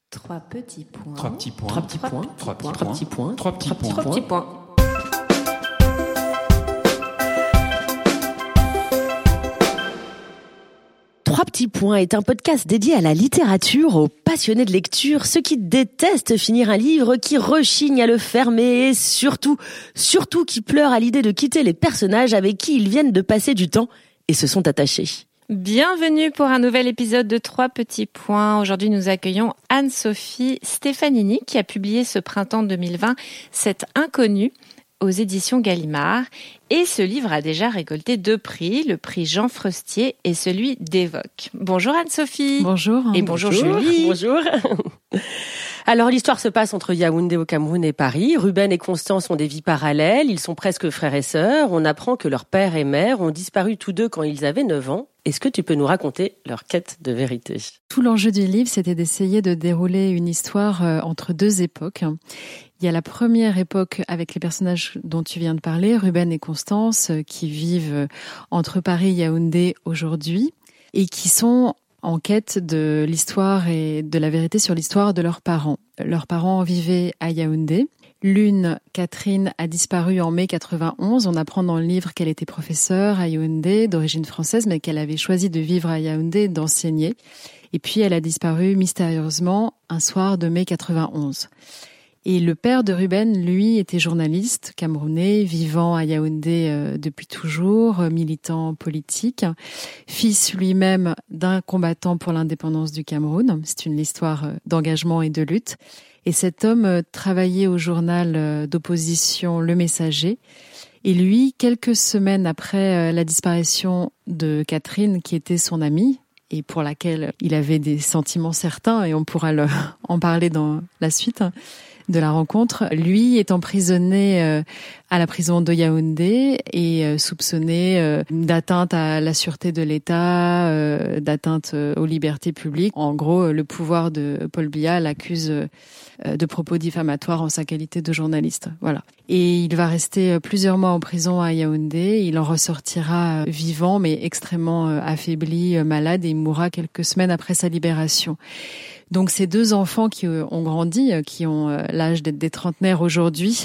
Trois petits points. Trois petits points. Trois petits points. Trois petits Trois petits points. Trois petits points. Trois petits points. Trois petits points est un podcast dédié à la littérature, aux passionnés de lecture, ceux qui détestent finir un livre, qui rechignent à le fermer et surtout qui pleurent à l'idée de quitter les personnages avec qui ils viennent de passer du temps et se sont attachés. Bienvenue pour un nouvel épisode de Trois petits points. Aujourd'hui, nous accueillons Anne-Sophie Stefanini qui a publié ce printemps 2020 Cet inconnu aux éditions Gallimard. Et ce livre a déjà récolté 2 prix, le prix Jean Frestier et celui d'Évoque. Bonjour Anne-Sophie. Bonjour. Et bonjour Julie. Bonjour. Alors l'histoire se passe entre Yaoundé au Cameroun et Paris. Ruben et Constance ont des vies parallèles, ils sont presque frères et sœurs. On apprend que leur père et mère ont disparu tous deux quand ils avaient 9 ans. Est-ce que tu peux nous raconter leur quête de vérité ? Tout l'enjeu du livre, c'était d'essayer de dérouler une histoire entre 2 époques. Il y a la première époque avec les personnages dont tu viens de parler, Ruben et Constance, qui vivent entre Paris et Yaoundé aujourd'hui et qui sont en quête de l'histoire et de la vérité sur l'histoire de leurs parents. Leurs parents vivaient à Yaoundé. L'une, Catherine, a disparu en mai 91. On apprend dans le livre qu'elle était professeure à Yaoundé, d'origine française, mais qu'elle avait choisi de vivre à Yaoundé, d'enseigner. Et puis, elle a disparu mystérieusement un soir de mai 91. Et le père de Ruben, lui, était journaliste camerounais, vivant à Yaoundé depuis toujours, militant politique, fils lui-même d'un combattant pour l'indépendance du Cameroun. C'est une histoire d'engagement et de lutte. Et cet homme travaillait au journal d'opposition Le Messager. Et lui, quelques semaines après la disparition de Catherine, qui était son amie, et pour laquelle il avait des sentiments certains, et on pourra en parler dans la suite de la rencontre, lui est emprisonné à la prison de Yaoundé et soupçonné d'atteinte à la sûreté de l'État, d'atteinte aux libertés publiques. En gros, le pouvoir de Paul Biya l'accuse de propos diffamatoires en sa qualité de journaliste. Voilà. Et il va rester plusieurs mois en prison à Yaoundé. Il en ressortira vivant, mais extrêmement affaibli, malade, et il mourra quelques semaines après sa libération. Donc ces 2 enfants qui ont grandi, qui ont l'âge d'être des trentenaires aujourd'hui,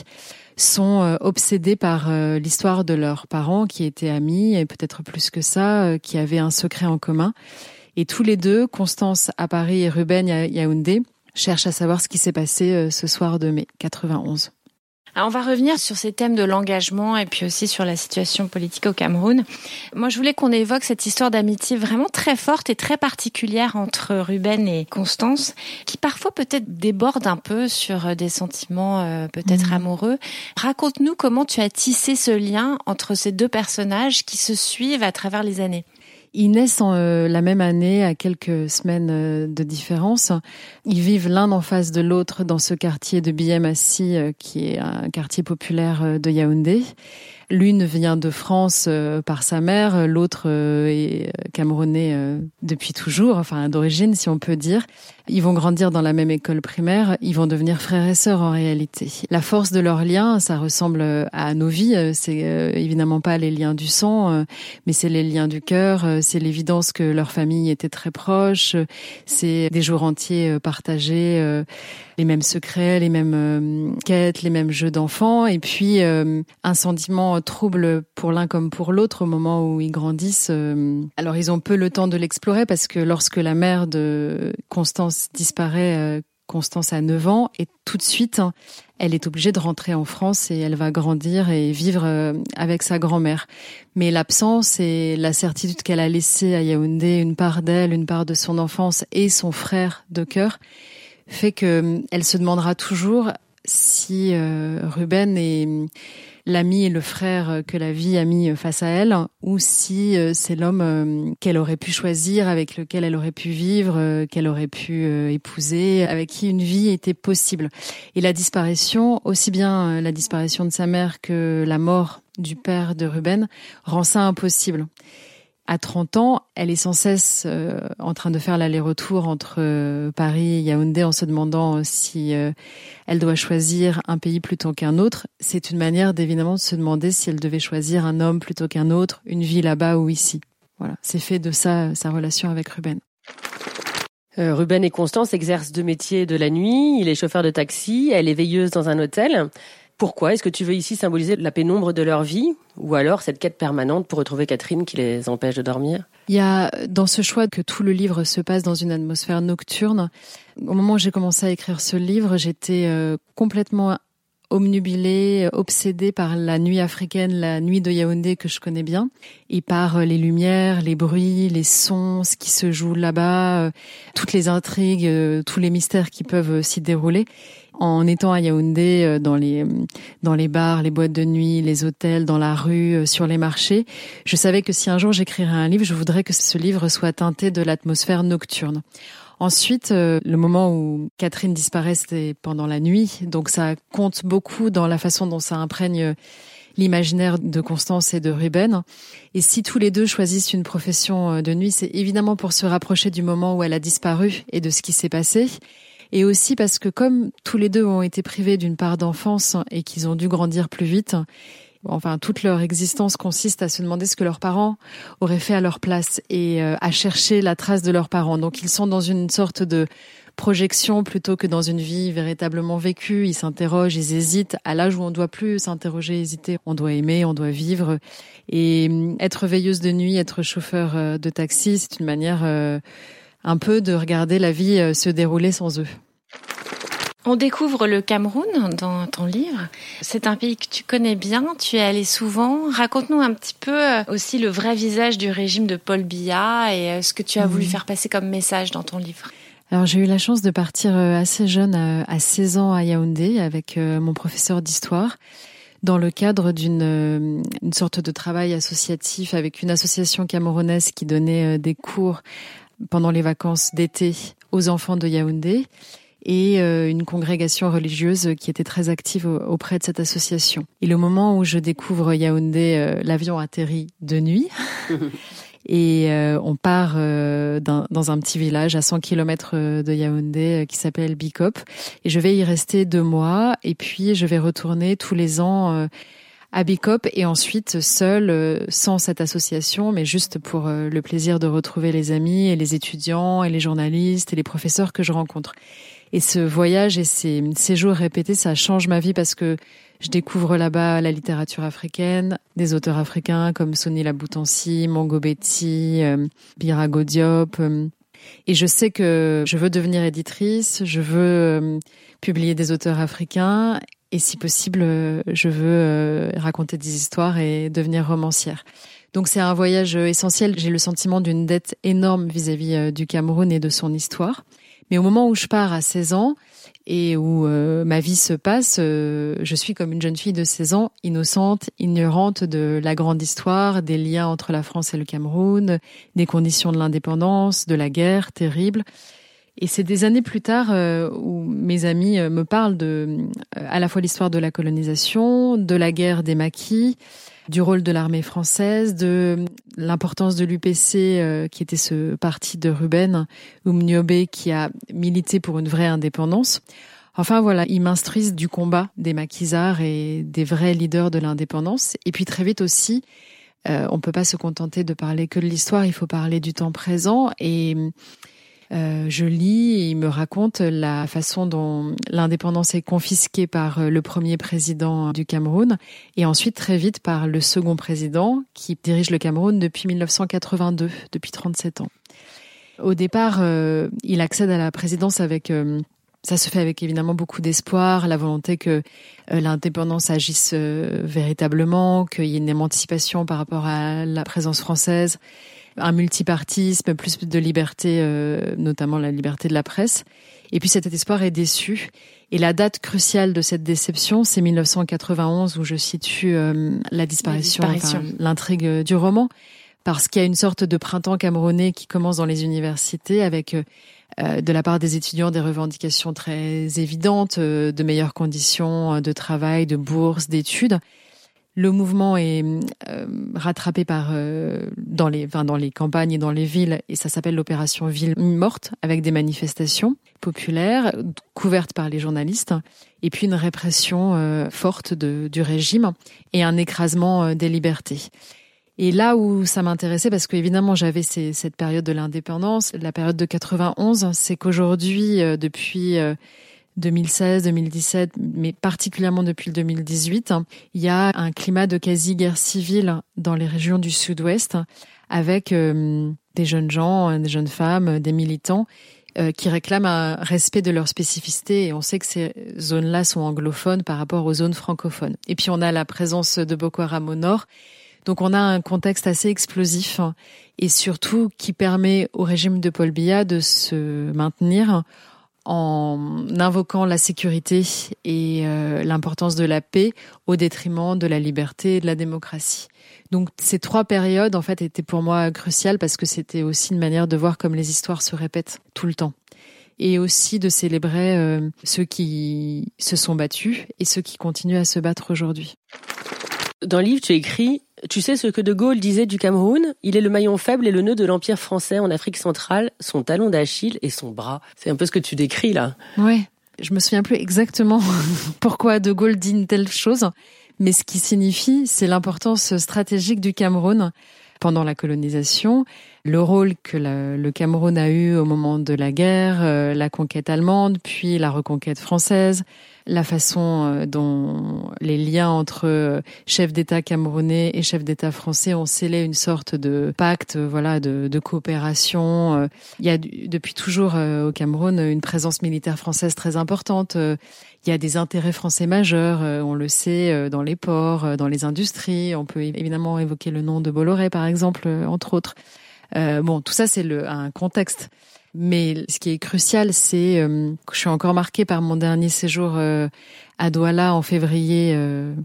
sont obsédés par l'histoire de leurs parents qui étaient amis, et peut-être plus que ça, qui avaient un secret en commun. Et tous les 2, Constance à Paris et Ruben à Yaoundé, cherchent à savoir ce qui s'est passé ce soir de mai 91. Alors on va revenir sur ces thèmes de l'engagement et puis aussi sur la situation politique au Cameroun. Moi, je voulais qu'on évoque cette histoire d'amitié vraiment très forte et très particulière entre Ruben et Constance, qui parfois peut-être déborde un peu sur des sentiments peut-être amoureux. Raconte-nous comment tu as tissé ce lien entre ces 2 personnages qui se suivent à travers les années. Ils naissent la même année, à quelques semaines de différence. Ils vivent l'un en face de l'autre dans ce quartier de Biémassi, qui est un quartier populaire de Yaoundé. L'une vient de France par sa mère, l'autre est camerounais depuis toujours, enfin d'origine si on peut dire. Ils vont grandir dans la même école primaire, ils vont devenir frères et sœurs en réalité. La force de leur lien, ça ressemble à nos vies, c'est évidemment pas les liens du sang, mais c'est les liens du cœur, c'est l'évidence que leur famille était très proche, c'est des jours entiers partagés, les mêmes secrets, les mêmes quêtes, les mêmes jeux d'enfants, et puis un sentiment trouble pour l'un comme pour l'autre au moment où ils grandissent. Alors ils ont peu le temps de l'explorer parce que lorsque la mère de Constance disparaît, Constance a 9 ans, et tout de suite, elle est obligée de rentrer en France et elle va grandir et vivre avec sa grand-mère. Mais l'absence et la certitude qu'elle a laissée à Yaoundé une part d'elle, une part de son enfance et son frère de cœur, fait que elle se demandera toujours si Ruben est l'ami et le frère que la vie a mis face à elle, ou si c'est l'homme qu'elle aurait pu choisir, avec lequel elle aurait pu vivre, qu'elle aurait pu épouser, avec qui une vie était possible. Et la disparition, aussi bien la disparition de sa mère que la mort du père de Ruben, rend ça impossible. À 30 ans, elle est sans cesse en train de faire l'aller-retour entre Paris et Yaoundé en se demandant si elle doit choisir un pays plutôt qu'un autre. C'est une manière d'évidemment de se demander si elle devait choisir un homme plutôt qu'un autre, une vie là-bas ou ici. Voilà, c'est fait de ça sa relation avec Ruben. Ruben et Constance exercent 2 métiers de la nuit. Il est chauffeur de taxi, elle est veilleuse dans un hôtel. Pourquoi ? Est-ce que tu veux ici symboliser la pénombre de leur vie ou alors cette quête permanente pour retrouver Catherine qui les empêche de dormir ? Il y a dans ce choix que tout le livre se passe dans une atmosphère nocturne. Au moment où j'ai commencé à écrire ce livre, j'étais complètement obnubilée, obsédée par la nuit africaine, la nuit de Yaoundé que je connais bien, et par les lumières, les bruits, les sons, ce qui se joue là-bas, toutes les intrigues, tous les mystères qui peuvent s'y dérouler. En étant à Yaoundé, dans les bars, les boîtes de nuit, les hôtels, dans la rue, sur les marchés, je savais que si un jour j'écrirais un livre, je voudrais que ce livre soit teinté de l'atmosphère nocturne. Ensuite, le moment où Catherine disparaît, c'était pendant la nuit, donc ça compte beaucoup dans la façon dont ça imprègne l'imaginaire de Constance et de Ruben. Et si tous les deux choisissent une profession de nuit, c'est évidemment pour se rapprocher du moment où elle a disparu et de ce qui s'est passé. Et aussi parce que comme tous les deux ont été privés d'une part d'enfance et qu'ils ont dû grandir plus vite, enfin toute leur existence consiste à se demander ce que leurs parents auraient fait à leur place et à chercher la trace de leurs parents. Donc ils sont dans une sorte de projection plutôt que dans une vie véritablement vécue. Ils s'interrogent, ils hésitent. À l'âge où on ne doit plus s'interroger, hésiter, on doit aimer, on doit vivre. Et être veilleuse de nuit, être chauffeur de taxi, c'est une manière un peu de regarder la vie se dérouler sans eux. On découvre le Cameroun dans ton livre. C'est un pays que tu connais bien, tu es allé souvent. Raconte-nous un petit peu aussi le vrai visage du régime de Paul Biya et ce que tu as voulu faire passer comme message dans ton livre. Alors j'ai eu la chance de partir assez jeune, à 16 ans à Yaoundé, avec mon professeur d'histoire, dans le cadre d'une sorte de travail associatif avec une association camerounaise qui donnait des cours pendant les vacances d'été aux enfants de Yaoundé et une congrégation religieuse qui était très active auprès de cette association. Et le moment où je découvre Yaoundé, l'avion atterrit de nuit et on part dans un petit village à 100 km de Yaoundé qui s'appelle Bikop. Et je vais y rester 2 mois et puis je vais retourner tous les ans à Bikop et ensuite seule, sans cette association, mais juste pour le plaisir de retrouver les amis et les étudiants et les journalistes et les professeurs que je rencontre. Et ce voyage et ces séjours répétés, ça change ma vie parce que je découvre là-bas la littérature africaine, des auteurs africains comme Soni Laboutansi, Mongo Betty, Birago Diop. Et je sais que je veux devenir éditrice, je veux publier des auteurs africains et si possible, je veux raconter des histoires et devenir romancière. Donc c'est un voyage essentiel. J'ai le sentiment d'une dette énorme vis-à-vis du Cameroun et de son histoire. Mais au moment où je pars à 16 ans et où ma vie se passe, je suis comme une jeune fille de 16 ans, innocente, ignorante de la grande histoire, des liens entre la France et le Cameroun, des conditions de l'indépendance, de la guerre terrible. Et c'est des années plus tard où mes amis me parlent de à la fois l'histoire de la colonisation, de la guerre des maquis, du rôle de l'armée française, de l'importance de l'UPC qui était ce parti de Ruben Oumniobé qui a milité pour une vraie indépendance. Enfin voilà, ils m'instruisent du combat des maquisards et des vrais leaders de l'indépendance. Et puis très vite aussi, on peut pas se contenter de parler que de l'histoire, il faut parler du temps présent et je lis et il me raconte la façon dont l'indépendance est confisquée par le premier président du Cameroun et ensuite très vite par le second président qui dirige le Cameroun depuis 1982, depuis 37 ans. Au départ, il accède à la présidence avec... ça se fait avec évidemment beaucoup d'espoir, la volonté que l'indépendance agisse véritablement, qu'il y ait une émancipation par rapport à la présence française, un multipartisme, plus de liberté, notamment la liberté de la presse. Et puis cet espoir est déçu. Et la date cruciale de cette déception, c'est 1991 où je situe la disparition. Enfin, l'intrigue du roman. Parce qu'il y a une sorte de printemps camerounais qui commence dans les universités avec de la part des étudiants des revendications très évidentes, de meilleures conditions de travail, de bourse, d'études. Le mouvement est rattrapé par dans les campagnes et dans les villes et ça s'appelle l'opération Ville morte avec des manifestations populaires couvertes par les journalistes et puis une répression forte du régime et un écrasement des libertés. Et là où ça m'intéressait, parce qu'évidemment j'avais cette période de l'indépendance, la période de 91, c'est qu'aujourd'hui, depuis 2016, 2017, mais particulièrement depuis le 2018, il y a un climat de quasi-guerre civile dans les régions du Sud-Ouest, avec des jeunes gens, des jeunes femmes, des militants qui réclament un respect de leur spécificité. Et on sait que ces zones-là sont anglophones par rapport aux zones francophones. Et puis on a la présence de Boko Haram au nord. Donc on a un contexte assez explosif et surtout qui permet au régime de Paul Biya de se maintenir en invoquant la sécurité et l'importance de la paix au détriment de la liberté et de la démocratie. Donc ces 3 périodes en fait étaient pour moi cruciales parce que c'était aussi une manière de voir comme les histoires se répètent tout le temps et aussi de célébrer ceux qui se sont battus et ceux qui continuent à se battre aujourd'hui. Dans le livre, tu écris « Tu sais ce que De Gaulle disait du Cameroun ? Il est le maillon faible et le nœud de l'Empire français en Afrique centrale, son talon d'Achille et son bras. » C'est un peu ce que tu décris là. Ouais, je me souviens plus exactement pourquoi De Gaulle dit une telle chose, mais ce qui signifie, c'est l'importance stratégique du Cameroun pendant la colonisation, le rôle que le Cameroun a eu au moment de la guerre, la conquête allemande, puis la reconquête française, la façon dont les liens entre chefs d'État camerounais et chefs d'État français ont scellé une sorte de pacte, de coopération. Il y a depuis toujours au Cameroun une présence militaire française très importante. Il y a des intérêts français majeurs, on le sait, dans les ports, dans les industries. On peut évidemment évoquer le nom de Bolloré, par exemple, entre autres. Tout ça, c'est un contexte. Mais ce qui est crucial, c'est que je suis encore marquée par mon dernier séjour à Douala en février.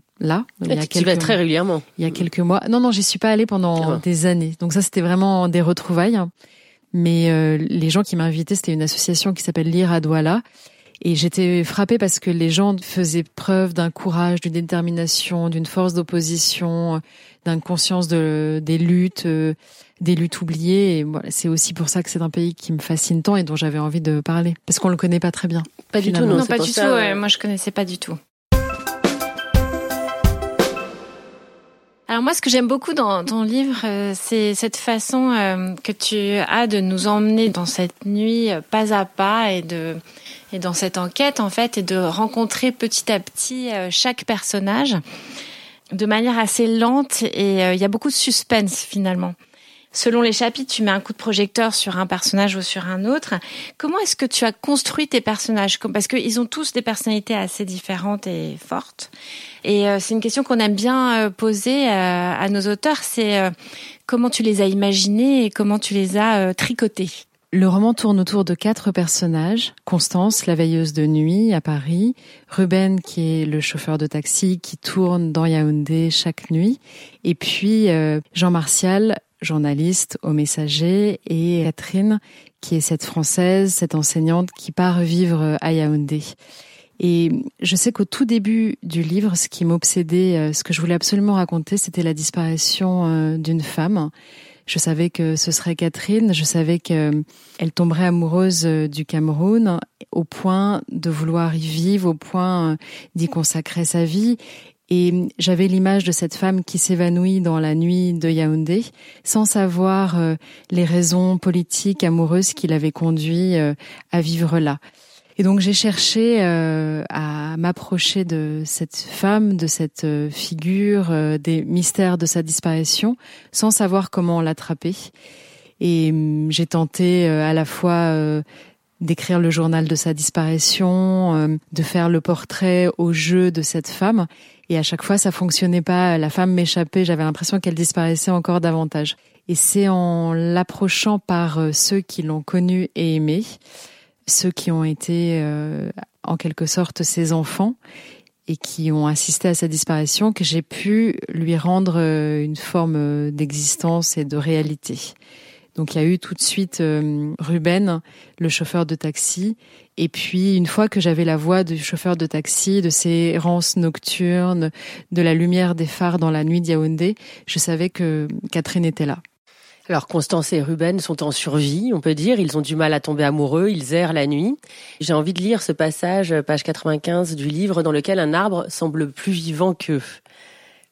Tu vas très régulièrement. Il y a quelques mois. Non, j'y suis pas allée pendant des années. Donc ça, c'était vraiment des retrouvailles. Mais les gens qui m'invitaient, c'était une association qui s'appelle Lire à Douala. Et j'étais frappée parce que les gens faisaient preuve d'un courage, d'une détermination, d'une force d'opposition, d'une conscience des luttes oubliées. Et voilà, c'est aussi pour ça que c'est un pays qui me fascine tant et dont j'avais envie de parler. Parce qu'on le connaît pas très bien. Pas du tout, non. Non, pas du tout. Moi, je connaissais pas du tout. Alors moi, ce que j'aime beaucoup dans ton livre, c'est cette façon que tu as de nous emmener dans cette nuit pas à pas et dans cette enquête en fait, et de rencontrer petit à petit chaque personnage de manière assez lente et il y a beaucoup de suspense finalement. Selon les chapitres, tu mets un coup de projecteur sur un personnage ou sur un autre. Comment est-ce que tu as construit tes personnages ? Parce qu'ils ont tous des personnalités assez différentes et fortes. Et c'est une question qu'on aime bien poser à nos auteurs, c'est comment tu les as imaginés et comment tu les as tricotés ? Le roman tourne autour de 4 personnages. Constance, la veilleuse de nuit à Paris. Ruben, qui est le chauffeur de taxi qui tourne dans Yaoundé chaque nuit. Et puis Jean Martial, journaliste au Messager, et Catherine, qui est cette Française, cette enseignante qui part vivre à Yaoundé. Et je sais qu'au tout début du livre, ce qui m'obsédait, ce que je voulais absolument raconter, c'était la disparition d'une femme. Je savais que ce serait Catherine, je savais qu'elle tomberait amoureuse du Cameroun au point de vouloir y vivre, au point d'y consacrer sa vie. Et j'avais l'image de cette femme qui s'évanouit dans la nuit de Yaoundé sans savoir les raisons politiques, amoureuses qui l'avaient conduit à vivre là. Et donc j'ai cherché à m'approcher de cette femme, de cette figure, des mystères de sa disparition, sans savoir comment l'attraper. Et j'ai tenté à la fois d'écrire le journal de sa disparition, de faire le portrait au jeu de cette femme. Et à chaque fois, ça fonctionnait pas. La femme m'échappait. J'avais l'impression qu'elle disparaissait encore davantage. Et c'est en l'approchant par ceux qui l'ont connue et aimée, ceux qui ont été en quelque sorte ses enfants et qui ont assisté à sa disparition, que j'ai pu lui rendre une forme d'existence et de réalité. Donc il y a eu tout de suite Ruben, le chauffeur de taxi, et puis une fois que j'avais la voix du chauffeur de taxi, de ses errances nocturnes, de la lumière des phares dans la nuit de Yaoundé, je savais que Catherine était là. Alors Constance et Ruben sont en survie, on peut dire. Ils ont du mal à tomber amoureux, ils errent la nuit. J'ai envie de lire ce passage, page 95 du livre, dans lequel un arbre semble plus vivant qu'eux.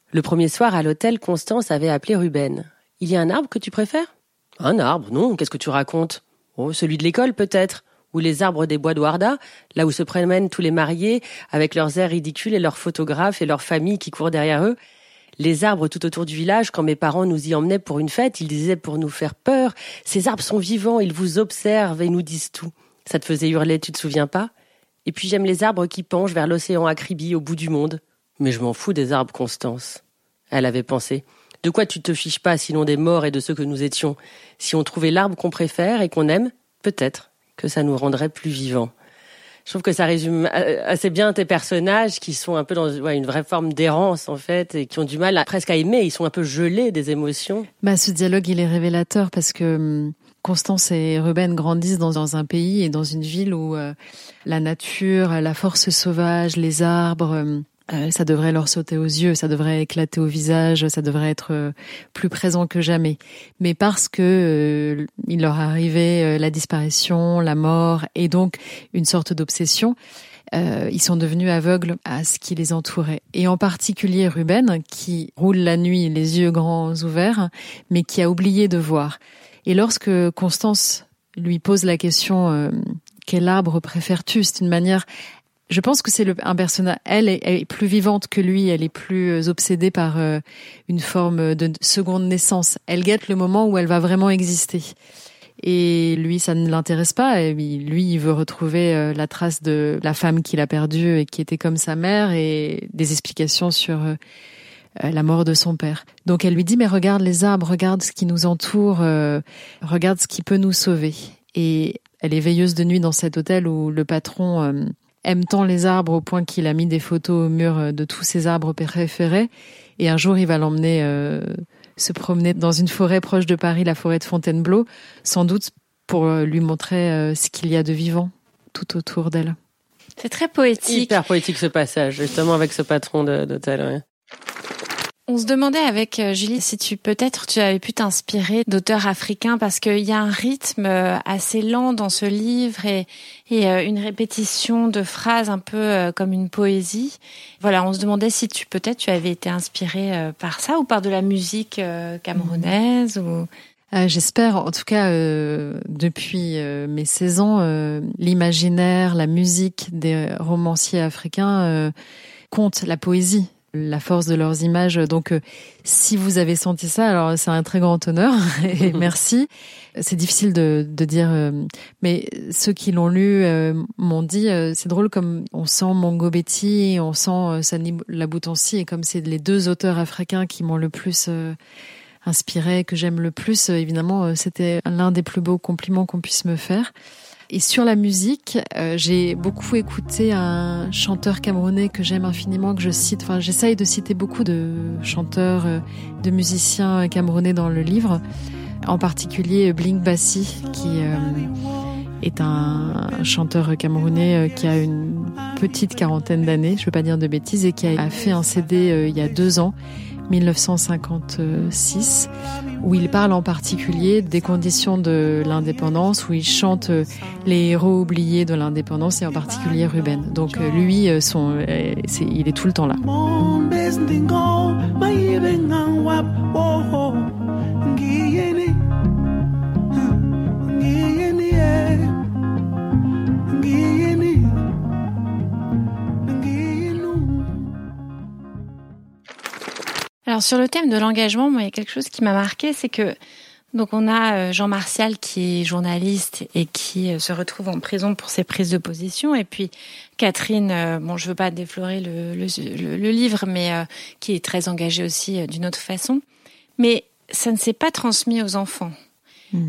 Le premier soir à l'hôtel, Constance avait appelé Ruben. « Il y a un arbre que tu préfères ?»« Un arbre ? Non, qu'est-ce que tu racontes ? Oh, celui de l'école peut-être. Ou les arbres des bois de Warda, là où se promènent tous les mariés, avec leurs airs ridicules et leurs photographes et leurs familles qui courent derrière eux. Les arbres tout autour du village, quand mes parents nous y emmenaient pour une fête, ils disaient pour nous faire peur, ces arbres sont vivants, ils vous observent et nous disent tout. Ça te faisait hurler, tu te souviens pas ? Et puis j'aime les arbres qui penchent vers l'océan Acribi au bout du monde. Mais je m'en fous des arbres, Constance. Elle avait pensé. De quoi tu te fiches pas, sinon des morts et de ceux que nous étions ? Si on trouvait l'arbre qu'on préfère et qu'on aime, peut-être que ça nous rendrait plus vivants. Je trouve que ça résume assez bien tes personnages qui sont un peu dans une vraie forme d'errance en fait et qui ont du mal presque à aimer. Ils sont un peu gelés des émotions. Ce dialogue, il est révélateur parce que Constance et Ruben grandissent dans un pays et dans une ville où la nature, la force sauvage, les arbres, ça devrait leur sauter aux yeux, ça devrait éclater au visage, ça devrait être plus présent que jamais. Mais parce que il leur arrivait la disparition, la mort et donc une sorte d'obsession, ils sont devenus aveugles à ce qui les entourait. Et en particulier Ruben, qui roule la nuit les yeux grands ouverts, mais qui a oublié de voir. Et lorsque Constance lui pose la question quel arbre préfères-tu ? C'est une manière... Je pense que c'est un personnage. Elle est plus vivante que lui. Elle est plus obsédée par une forme de seconde naissance. Elle guette le moment où elle va vraiment exister. Et lui, ça ne l'intéresse pas. Et lui, il veut retrouver la trace de la femme qu'il a perdue et qui était comme sa mère et des explications sur la mort de son père. Donc elle lui dit mais regarde les arbres, regarde ce qui nous entoure, regarde ce qui peut nous sauver. Et elle est veilleuse de nuit dans cet hôtel où le patron aime tant les arbres au point qu'il a mis des photos au mur de tous ses arbres préférés. Et un jour, il va l'emmener se promener dans une forêt proche de Paris, la forêt de Fontainebleau, sans doute pour lui montrer ce qu'il y a de vivant tout autour d'elle. C'est très poétique. Hyper poétique ce passage, justement avec ce patron d'hôtel. Ouais. On se demandait avec Julie si tu avais pu t'inspirer d'auteurs africains parce qu'il y a un rythme assez lent dans ce livre et une répétition de phrases un peu comme une poésie. Voilà, on se demandait si tu avais été inspirée par ça ou par de la musique camerounaise ou... J'espère, en tout cas, depuis mes 16 ans, l'imaginaire, la musique des romanciers africains compte, la poésie, la force de leurs images. Donc, si vous avez senti ça, alors c'est un très grand honneur et merci. C'est difficile de dire, mais ceux qui l'ont lu m'ont dit, c'est drôle comme on sent Mongo Betty, on sent Sani Laboutansi, et comme c'est les deux auteurs africains qui m'ont le plus inspiré, que j'aime le plus, évidemment, c'était l'un des plus beaux compliments qu'on puisse me faire. Et sur la musique, j'ai beaucoup écouté un chanteur camerounais que j'aime infiniment, que je cite. Enfin, j'essaye de citer beaucoup de chanteurs, de musiciens camerounais dans le livre. En particulier Blink Bassi, qui est un chanteur camerounais qui a une petite quarantaine d'années, je ne veux pas dire de bêtises, et qui a fait un CD il y a 2 ans, 1956, où il parle en particulier des conditions de l'indépendance, où il chante les héros oubliés de l'indépendance, et en particulier Ruben. Donc lui, il est tout le temps là. Alors sur le thème de l'engagement, moi, il y a quelque chose qui m'a marqué, c'est que donc on a Jean Martial qui est journaliste et qui se retrouve en prison pour ses prises de position, et puis Catherine, je veux pas déflorer le livre, mais qui est très engagée aussi d'une autre façon, mais ça ne s'est pas transmis aux enfants. Pourquoi ?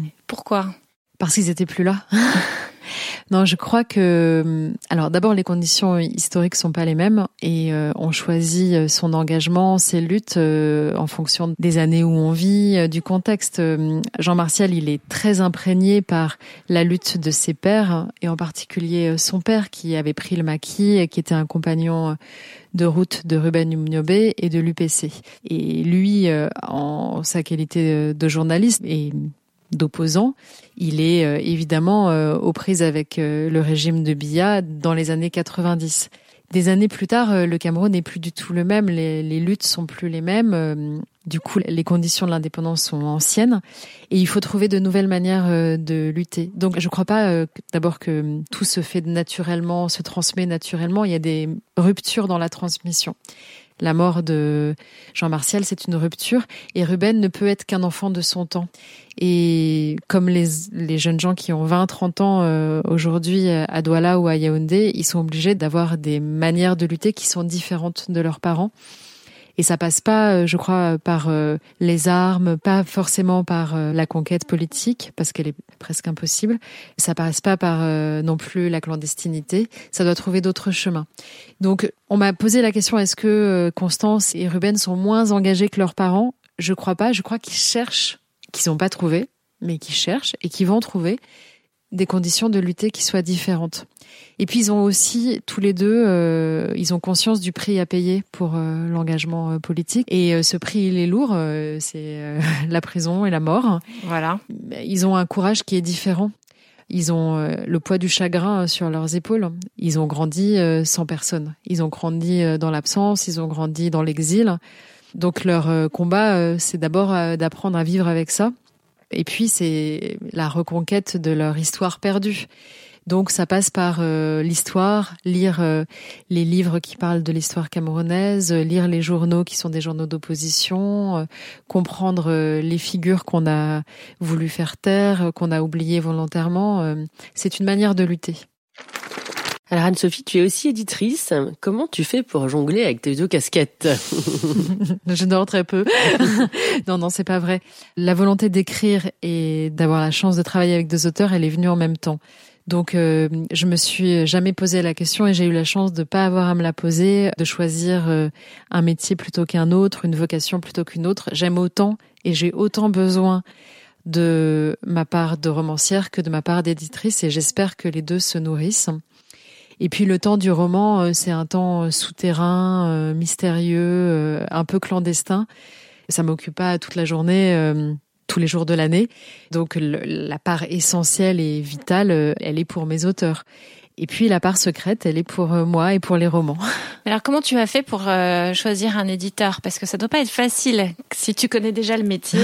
Parce qu'ils étaient plus là. Non, je crois que... Alors d'abord, les conditions historiques sont pas les mêmes et on choisit son engagement, ses luttes en fonction des années où on vit, du contexte. Jean Martial, il est très imprégné par la lutte de ses pères et en particulier son père qui avait pris le maquis, qui était un compagnon de route de Ruben Umniobé et de l'UPC. Et lui, en sa qualité de journaliste et d'opposant, il est évidemment aux prises avec le régime de Biya dans les années 90. Des années plus tard, le Cameroun n'est plus du tout le même, les luttes sont plus les mêmes. Du coup, les conditions de l'indépendance sont anciennes et il faut trouver de nouvelles manières de lutter. Donc, je ne crois pas d'abord que tout se fait naturellement, se transmet naturellement. Il y a des ruptures dans la transmission. La mort de Jean Martial, c'est une rupture et Ruben ne peut être qu'un enfant de son temps. Et comme les jeunes gens qui ont 20-30 ans aujourd'hui à Douala ou à Yaoundé, ils sont obligés d'avoir des manières de lutter qui sont différentes de leurs parents. Et ça passe pas, je crois, par les armes, pas forcément par la conquête politique, parce qu'elle est presque impossible. Ça passe pas par non plus la clandestinité. Ça doit trouver d'autres chemins. Donc, on m'a posé la question, est-ce que Constance et Ruben sont moins engagés que leurs parents ? Je crois pas. Je crois qu'ils cherchent, qu'ils n'ont pas trouvé, mais qu'ils cherchent et qu'ils vont trouver des conditions de lutter qui soient différentes. Et puis ils ont aussi, tous les deux, ils ont conscience du prix à payer pour l'engagement politique. Et ce prix, il est lourd, c'est la prison et la mort. Voilà. Ils ont un courage qui est différent. Ils ont le poids du chagrin sur leurs épaules. Ils ont grandi sans personne. Ils ont grandi dans l'absence, ils ont grandi dans l'exil. Donc leur combat, c'est d'abord d'apprendre à vivre avec ça. Et puis c'est la reconquête de leur histoire perdue. Donc ça passe par l'histoire, lire les livres qui parlent de l'histoire camerounaise, lire les journaux qui sont des journaux d'opposition, comprendre les figures qu'on a voulu faire taire, qu'on a oubliées volontairement. C'est une manière de lutter. Alors Anne-Sophie, tu es aussi éditrice. Comment tu fais pour jongler avec tes 2 casquettes ? Je dors très peu. Non, c'est pas vrai. La volonté d'écrire et d'avoir la chance de travailler avec 2 auteurs, elle est venue en même temps. Donc, je me suis jamais posé la question et j'ai eu la chance de pas avoir à me la poser, de choisir un métier plutôt qu'un autre, une vocation plutôt qu'une autre. J'aime autant et j'ai autant besoin de ma part de romancière que de ma part d'éditrice et j'espère que les 2 se nourrissent. Et puis le temps du roman, c'est un temps souterrain, mystérieux, un peu clandestin. Ça m'occupe pas toute la journée, tous les jours de l'année. Donc la part essentielle et vitale, elle est pour mes auteurs. Et puis la part secrète, elle est pour moi et pour les romans. Alors comment tu as fait pour choisir un éditeur ? Parce que ça doit pas être facile si tu connais déjà le métier.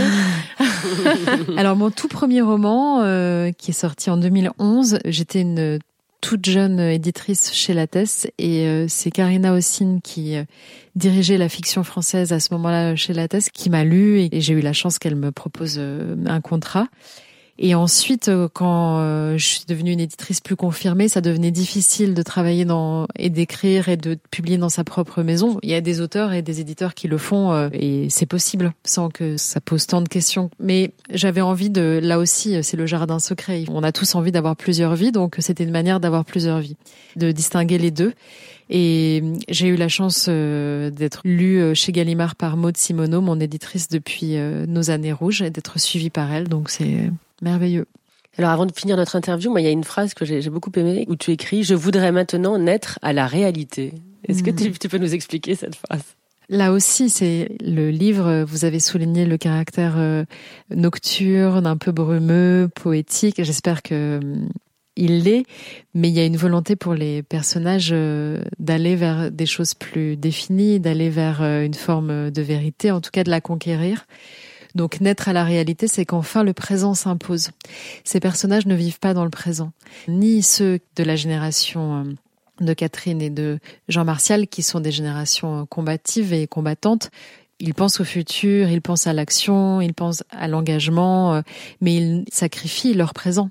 Alors mon tout premier roman, qui est sorti en 2011, j'étais une toute jeune éditrice chez Lattès et c'est Karina Ossine qui dirigeait la fiction française à ce moment-là chez Lattès qui m'a lu et j'ai eu la chance qu'elle me propose un contrat. Et ensuite, quand je suis devenue une éditrice plus confirmée, ça devenait difficile de travailler et d'écrire et de publier dans sa propre maison. Il y a des auteurs et des éditeurs qui le font et c'est possible sans que ça pose tant de questions. Mais j'avais envie là aussi, c'est le jardin secret. On a tous envie d'avoir plusieurs vies, donc c'était une manière d'avoir plusieurs vies, de distinguer les 2. Et j'ai eu la chance d'être lue chez Gallimard par Maud Simoneau, mon éditrice depuis nos années rouges, et d'être suivie par elle, donc c'est merveilleux. Alors avant de finir notre interview, moi il y a une phrase que j'ai beaucoup aimée où tu écris « Je voudrais maintenant naître à la réalité ». Est-ce que tu peux nous expliquer cette phrase ? Là aussi, c'est le livre, vous avez souligné le caractère nocturne, un peu brumeux, poétique. J'espère que il l'est, mais il y a une volonté pour les personnages d'aller vers des choses plus définies, d'aller vers une forme de vérité, en tout cas de la conquérir. Donc naître à la réalité, c'est qu'enfin le présent s'impose. Ces personnages ne vivent pas dans le présent, ni ceux de la génération de Catherine et de Jean Martial, qui sont des générations combatives et combattantes. Ils pensent au futur, ils pensent à l'action, ils pensent à l'engagement, mais ils sacrifient leur présent.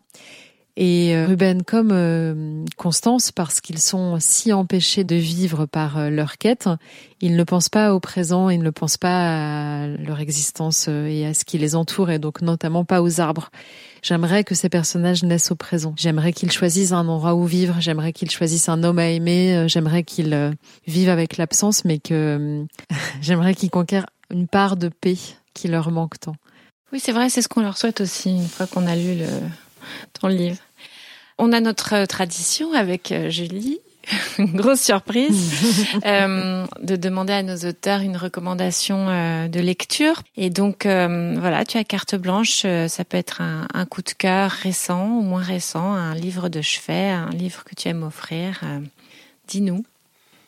Et Ruben comme Constance, parce qu'ils sont si empêchés de vivre par leur quête, ils ne pensent pas au présent, ils ne pensent pas à leur existence et à ce qui les entoure, et donc notamment pas aux arbres. J'aimerais que ces personnages naissent au présent. J'aimerais qu'ils choisissent un endroit où vivre, j'aimerais qu'ils choisissent un homme à aimer, j'aimerais qu'ils vivent avec l'absence, mais que j'aimerais qu'ils conquièrent une part de paix qui leur manque tant. Oui, c'est vrai, c'est ce qu'on leur souhaite aussi, une fois qu'on a lu ton livre. On a notre tradition avec Julie, une grosse surprise, de demander à nos auteurs une recommandation de lecture. Et donc, voilà, tu as carte blanche. Ça peut être un coup de cœur récent ou moins récent, un livre de chevet, un livre que tu aimes offrir. Dis-nous.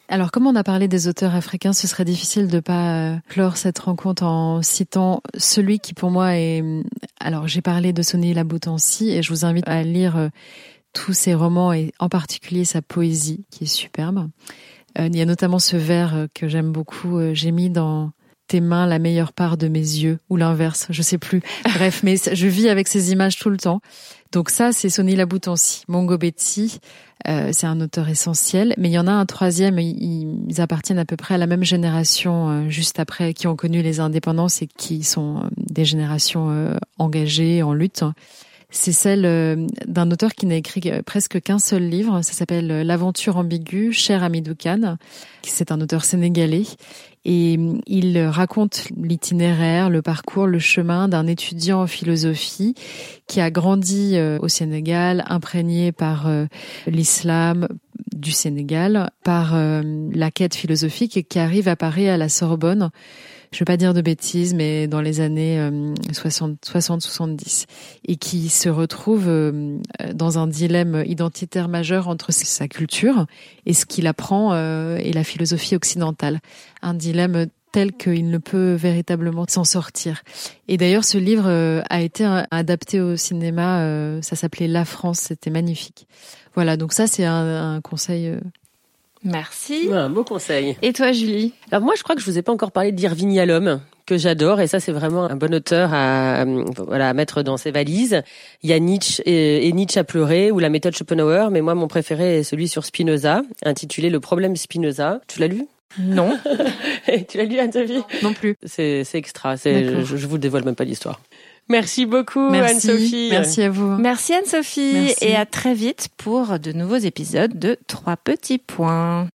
Alors, comme on a parlé des auteurs africains, ce serait difficile de pas clore cette rencontre en citant celui qui pour moi est... Alors, j'ai parlé de Soni Laboutansi et je vous invite à lire tous ses romans et en particulier sa poésie qui est superbe. Il y a notamment ce vers que j'aime beaucoup. J'ai mis dans tes mains la meilleure part de mes yeux, ou l'inverse, je sais plus. Bref, mais je vis avec ces images tout le temps. Donc ça, c'est Soni Laboutansi. Mongo Betty, c'est un auteur essentiel. Mais il y en a un troisième, ils appartiennent à peu près à la même génération, juste après, qui ont connu les indépendances et qui sont des générations engagées en lutte. C'est celle d'un auteur qui n'a écrit presque qu'un seul livre. Ça s'appelle L'aventure ambiguë, Cher Hamidou Kane. C'est un auteur sénégalais. Et il raconte l'itinéraire, le parcours, le chemin d'un étudiant en philosophie qui a grandi au Sénégal, imprégné par l'islam du Sénégal, par la quête philosophique et qui arrive à Paris à la Sorbonne. Je ne veux pas dire de bêtises, mais dans les années 60-70, et qui se retrouve dans un dilemme identitaire majeur entre sa culture et ce qu'il apprend et la philosophie occidentale. Un dilemme tel qu'il ne peut véritablement s'en sortir. Et d'ailleurs, ce livre a été adapté au cinéma, ça s'appelait La France, c'était magnifique. Voilà, donc ça c'est un conseil... Merci. Un beau conseil. Et toi, Julie? Alors moi, je crois que je vous ai pas encore parlé d'Irving Yalom, que j'adore, et ça c'est vraiment un bon auteur à mettre dans ses valises. Il y a Nietzsche et Nietzsche a pleuré ou la méthode Schopenhauer, mais moi mon préféré est celui sur Spinoza, intitulé Le problème Spinoza. Tu l'as lu? Non. Tu l'as lu, Anne-Sophie? Non plus. C'est extra. Je vous dévoile même pas l'histoire. Merci beaucoup, Merci. Anne-Sophie. Merci à vous. Merci Anne-Sophie. Merci. Et à très vite pour de nouveaux épisodes de 3 petits points.